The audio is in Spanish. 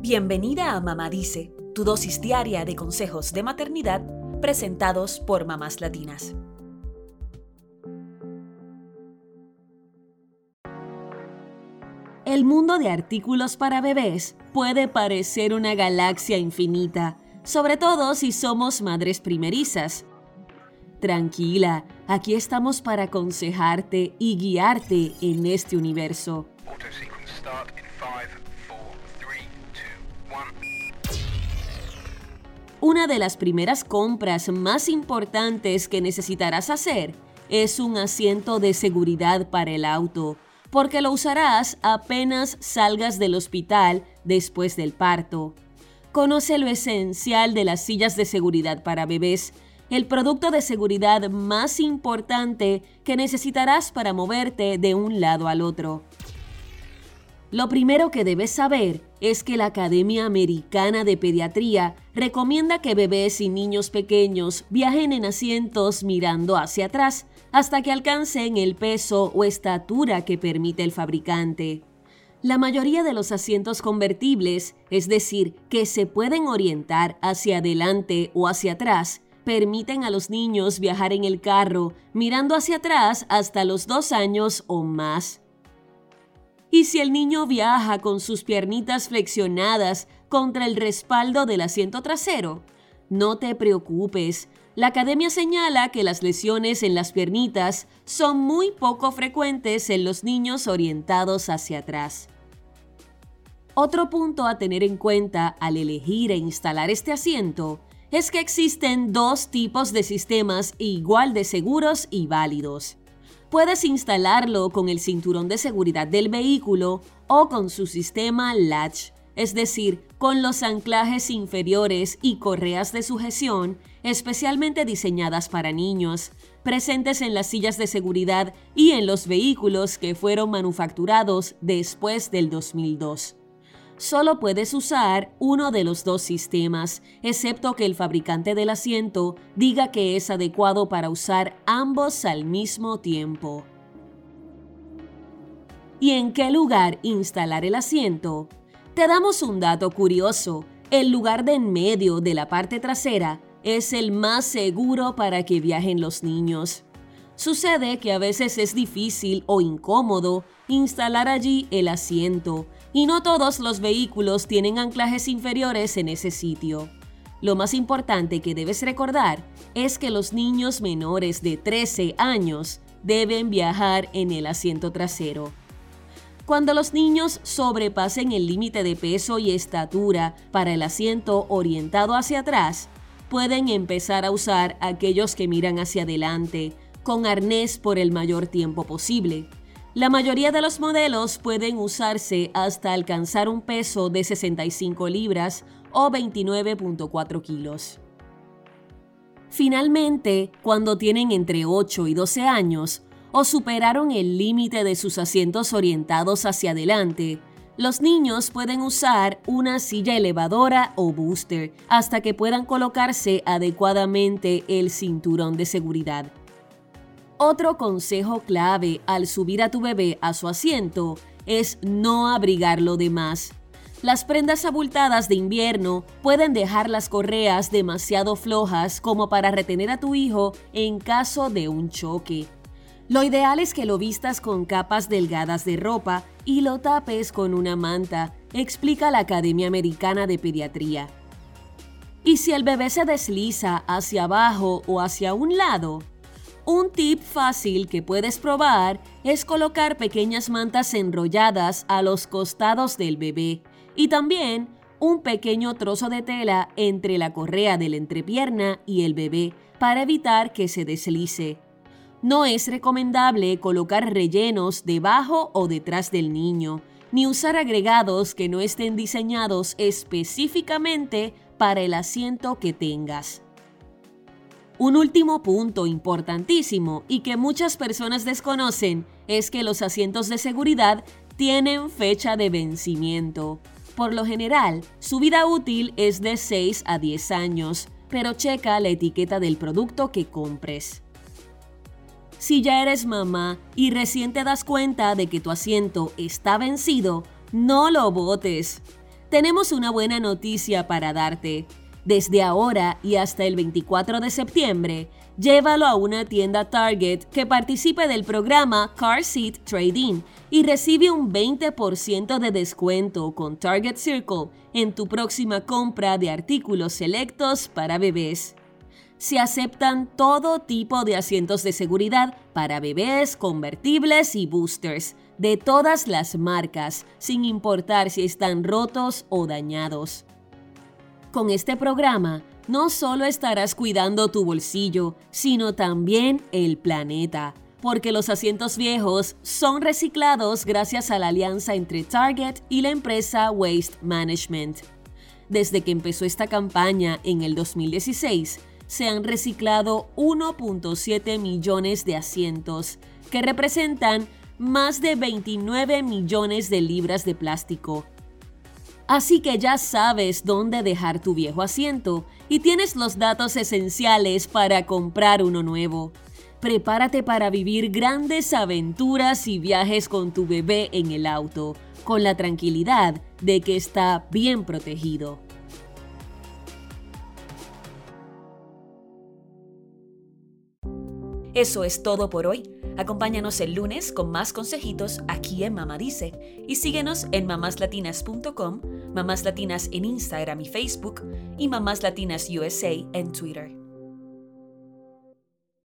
Bienvenida a Mamá Dice, tu dosis diaria de consejos de maternidad presentados por mamás latinas. El mundo de artículos para bebés puede parecer una galaxia infinita, sobre todo si somos madres primerizas. Tranquila, aquí estamos para aconsejarte y guiarte en este universo. Una de las primeras compras más importantes que necesitarás hacer es un asiento de seguridad para el auto, porque lo usarás apenas salgas del hospital después del parto. Conoce lo esencial de las sillas de seguridad para bebés, el producto de seguridad más importante que necesitarás para moverte de un lado al otro. Lo primero que debes saber es que la Academia Americana de Pediatría recomienda que bebés y niños pequeños viajen en asientos mirando hacia atrás hasta que alcancen el peso o estatura que permite el fabricante. La mayoría de los asientos convertibles, es decir, que se pueden orientar hacia adelante o hacia atrás, permiten a los niños viajar en el carro mirando hacia atrás hasta los 2 años o más. Y si el niño viaja con sus piernitas flexionadas contra el respaldo del asiento trasero, no te preocupes. La academia señala que las lesiones en las piernitas son muy poco frecuentes en los niños orientados hacia atrás. Otro punto a tener en cuenta al elegir e instalar este asiento es que existen 2 tipos de sistemas igual de seguros y válidos. Puedes instalarlo con el cinturón de seguridad del vehículo o con su sistema latch, es decir, con los anclajes inferiores y correas de sujeción especialmente diseñadas para niños, presentes en las sillas de seguridad y en los vehículos que fueron manufacturados después del 2002. Solo puedes usar uno de los 2 sistemas, excepto que el fabricante del asiento diga que es adecuado para usar ambos al mismo tiempo. ¿Y en qué lugar instalar el asiento? Te damos un dato curioso. El lugar de en medio de la parte trasera es el más seguro para que viajen los niños. Sucede que a veces es difícil o incómodo instalar allí el asiento, y no todos los vehículos tienen anclajes inferiores en ese sitio. Lo más importante que debes recordar es que los niños menores de 13 años deben viajar en el asiento trasero. Cuando los niños sobrepasen el límite de peso y estatura para el asiento orientado hacia atrás, pueden empezar a usar aquellos que miran hacia adelante, con arnés por el mayor tiempo posible. La mayoría de los modelos pueden usarse hasta alcanzar un peso de 65 libras o 29.4 kilos. Finalmente, cuando tienen entre 8 y 12 años o superaron el límite de sus asientos orientados hacia adelante, los niños pueden usar una silla elevadora o booster hasta que puedan colocarse adecuadamente el cinturón de seguridad. Otro consejo clave al subir a tu bebé a su asiento es no abrigarlo de más. Las prendas abultadas de invierno pueden dejar las correas demasiado flojas como para retener a tu hijo en caso de un choque. Lo ideal es que lo vistas con capas delgadas de ropa y lo tapes con una manta, explica la Academia Americana de Pediatría. ¿Y si el bebé se desliza hacia abajo o hacia un lado? Un tip fácil que puedes probar es colocar pequeñas mantas enrolladas a los costados del bebé y también un pequeño trozo de tela entre la correa de la entrepierna y el bebé para evitar que se deslice. No es recomendable colocar rellenos debajo o detrás del niño, ni usar agregados que no estén diseñados específicamente para el asiento que tengas. Un último punto importantísimo y que muchas personas desconocen es que los asientos de seguridad tienen fecha de vencimiento. Por lo general, su vida útil es de 6 a 10 años, pero checa la etiqueta del producto que compres. Si ya eres mamá y recién te das cuenta de que tu asiento está vencido, no lo botes. Tenemos una buena noticia para darte. Desde ahora y hasta el 24 de septiembre, llévalo a una tienda Target que participe del programa Car Seat Trade-In y recibe un 20% de descuento con Target Circle en tu próxima compra de artículos selectos para bebés. Se aceptan todo tipo de asientos de seguridad para bebés, convertibles y boosters, de todas las marcas, sin importar si están rotos o dañados. Con este programa, no solo estarás cuidando tu bolsillo, sino también el planeta, porque los asientos viejos son reciclados gracias a la alianza entre Target y la empresa Waste Management. Desde que empezó esta campaña en el 2016, se han reciclado 1.7 millones de asientos, que representan más de 29 millones de libras de plástico. Así que ya sabes dónde dejar tu viejo asiento y tienes los datos esenciales para comprar uno nuevo. Prepárate para vivir grandes aventuras y viajes con tu bebé en el auto, con la tranquilidad de que está bien protegido. Eso es todo por hoy. Acompáñanos el lunes con más consejitos aquí en Mamá Dice y síguenos en mamáslatinas.com, Mamás Latinas en Instagram y Facebook y Mamás Latinas USA en Twitter.